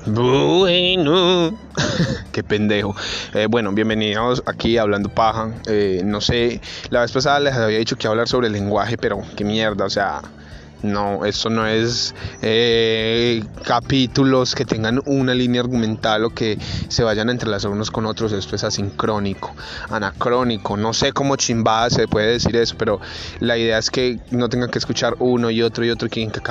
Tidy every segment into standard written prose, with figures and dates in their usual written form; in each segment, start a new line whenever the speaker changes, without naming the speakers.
Bueno, qué pendejo. Bueno, bienvenidos aquí a Hablando Paja. No sé, la vez pasada les había dicho que iba a hablar sobre el lenguaje, pero qué mierda, o sea, no, eso no es capítulos que tengan una línea argumental o que se vayan a entrelazar unos con otros. Esto es asincrónico, anacrónico, no sé cómo chimbada se puede decir eso, pero la idea es que no tengan que escuchar uno y otro que en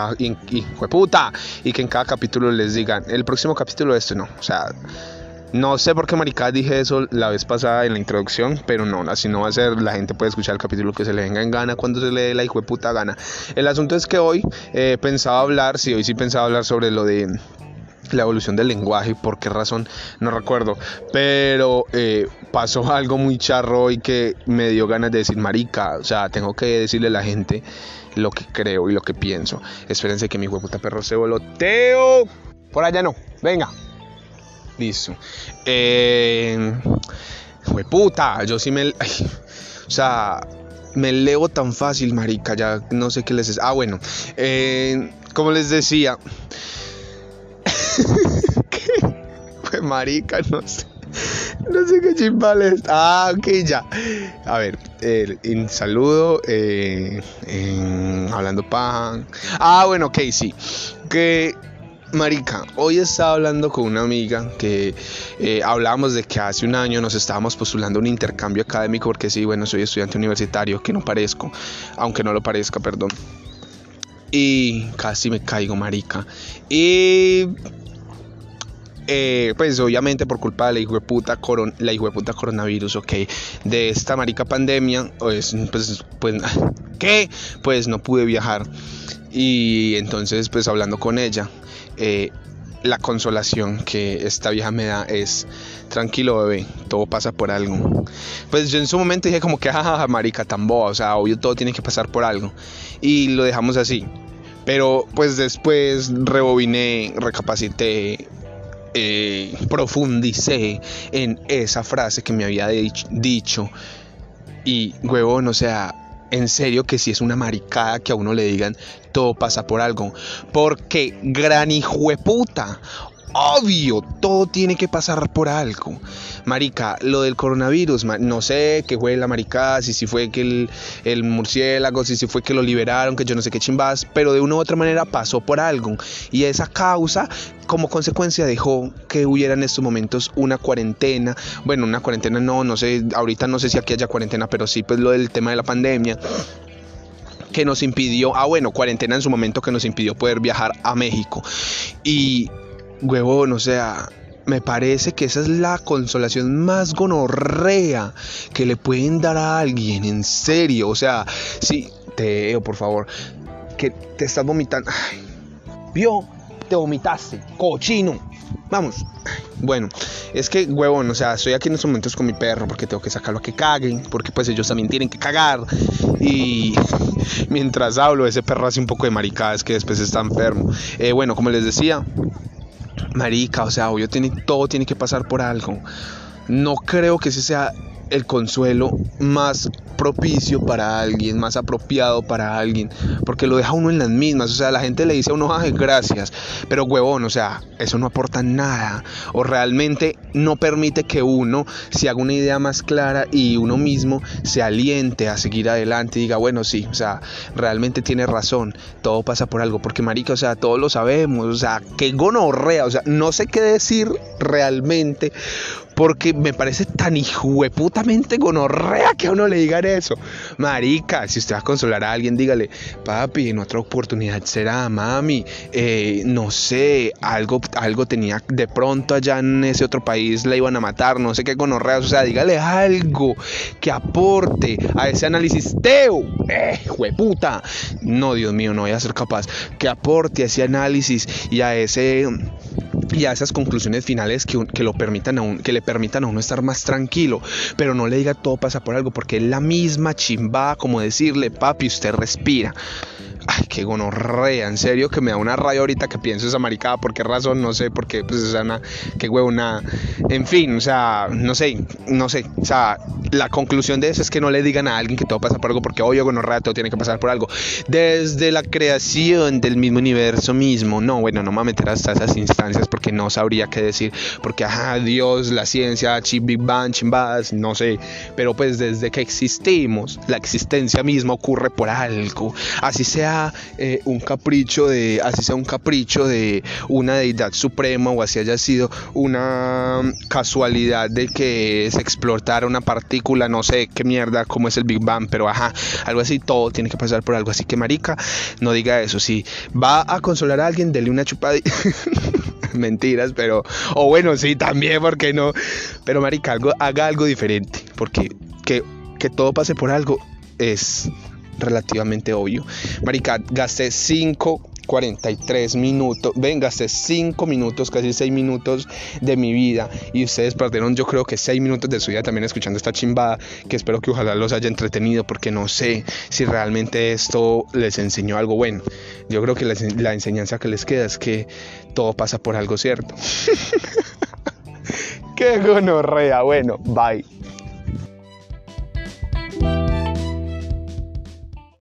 cada capítulo les digan el próximo capítulo de esto, no, o sea, no sé por qué maricada dije eso la vez pasada en la introducción, pero no, así no va a ser. La gente puede escuchar el capítulo que se le venga en gana cuando se le dé la hijueputa gana. El asunto es que hoy hoy sí pensaba hablar sobre lo de la evolución del lenguaje. ¿Por qué razón? No recuerdo, pero pasó algo muy charro y que me dio ganas de decir marica, o sea, tengo que decirle a la gente lo que creo y lo que pienso. Espérense que mi hijueputa perro se voloteo. Por allá no, venga. Listo. Puta, yo sí me... Ay, o sea, me elevo tan fácil, marica, ya no sé qué les es. Bueno, como les decía... ¿Qué? Pues marica, no sé qué chimbales. Ok, ya. A ver, un saludo, hablando paja. Bueno, ok, sí. Que... Marica, hoy estaba hablando con una amiga que hablábamos de que hace un año nos estábamos postulando un intercambio académico, porque sí, bueno, soy estudiante universitario, que no parezco, aunque no lo parezca, perdón. Y casi me caigo, marica. Y pues obviamente por culpa de la hijueputa coronavirus, ok, de esta marica pandemia, pues ¿qué? Pues no pude viajar. Y entonces, pues hablando con ella, la consolación que esta vieja me da es: tranquilo, bebé, todo pasa por algo. Pues yo en su momento dije como que marica, tan boba, o sea, obvio todo tiene que pasar por algo, y lo dejamos así. Pero pues después rebobiné, recapacité, profundicé en esa frase que me había dicho. Y huevón, o sea, en serio que sí es una maricada que a uno le digan todo pasa por algo. Porque gran hijueputa, obvio, todo tiene que pasar por algo. Marica, lo del coronavirus, no sé qué fue la maricada, si fue que el murciélago, si fue que lo liberaron, que yo no sé qué chimbas, pero de una u otra manera pasó por algo. Y esa causa, como consecuencia, dejó que hubiera en estos momentos una cuarentena. Bueno, una cuarentena no sé, ahorita no sé si aquí haya cuarentena, pero sí, pues lo del tema de la pandemia, que nos impidió, cuarentena en su momento, que nos impidió poder viajar a México. Y huevón, o sea, me parece que esa es la consolación más gonorrea que le pueden dar a alguien, en serio. O sea, sí, Teo, por favor, que te estás vomitando. Ay, vio, te vomitaste, cochino. Vamos. Bueno, es que, huevón, o sea, estoy aquí en estos momentos con mi perro porque tengo que sacarlo a que caguen, porque pues ellos también tienen que cagar. Y mientras hablo, ese perro hace un poco de maricadas que después está enfermo. Bueno, como les decía, marica, o sea, obvio, todo tiene que pasar por algo. No creo que ese sea el consuelo más propicio para alguien, más apropiado para alguien, porque lo deja uno en las mismas. O sea, la gente le dice a uno, gracias, pero huevón, o sea, eso no aporta nada, o realmente no permite que uno se haga una idea más clara y uno mismo se aliente a seguir adelante y diga, bueno, sí, o sea, realmente tiene razón, todo pasa por algo, porque marica, o sea, todos lo sabemos, o sea, qué gonorrea, o sea, no sé qué decir realmente, porque me parece tan hijueputamente gonorrea que a uno le digan eso. Marica, si usted va a consolar a alguien, dígale, papi, en otra oportunidad será, mami, no sé, algo tenía de pronto allá en ese otro país, la iban a matar, no sé qué gonorrea. O sea, dígale algo que aporte a ese análisis. Teo, jueputa. No, Dios mío, no voy a ser capaz. Que aporte a ese análisis y a esas conclusiones finales que le permitan a uno estar más tranquilo, pero no le diga todo pasa por algo, porque es la misma chimba como decirle, papi, usted respira. Ay, qué gonorrea, en serio que me da una rabia ahorita que pienso esa maricada. ¿Por qué razón? No sé, porque pues o sea, qué huevona. En fin, o sea, no sé, o sea, la conclusión de eso es que no le digan a alguien que todo pasa por algo, porque obvio gonorrea, todo tiene que pasar por algo. Desde la creación del mismo universo mismo, no, bueno, no me voy a meter hasta esas instancias porque no sabría qué decir, porque ajá, Dios, la ciencia, Big Bang, chimbadas, no sé, pero pues desde que existimos, la existencia misma ocurre por algo, así sea un capricho de una deidad suprema, o así haya sido una casualidad de que se explotara una partícula, no sé qué mierda, como es el Big Bang, pero ajá, algo así, todo tiene que pasar por algo. Así que marica, no diga eso. Si va a consolar a alguien, dele una chupada. Mentiras, pero o bueno, sí, también, porque no, pero marica, haga algo diferente, porque que todo pase por algo es relativamente obvio. Marica, gasté 5:43 minutos, gasté 5 minutos, casi 6 minutos de mi vida, y ustedes perdieron, yo creo que 6 minutos de su vida también escuchando esta chimbada, que espero que ojalá los haya entretenido, porque no sé si realmente esto les enseñó algo bueno. Yo creo que la enseñanza que les queda es que todo pasa por algo, cierto. Qué gonorrea. Bueno, bye.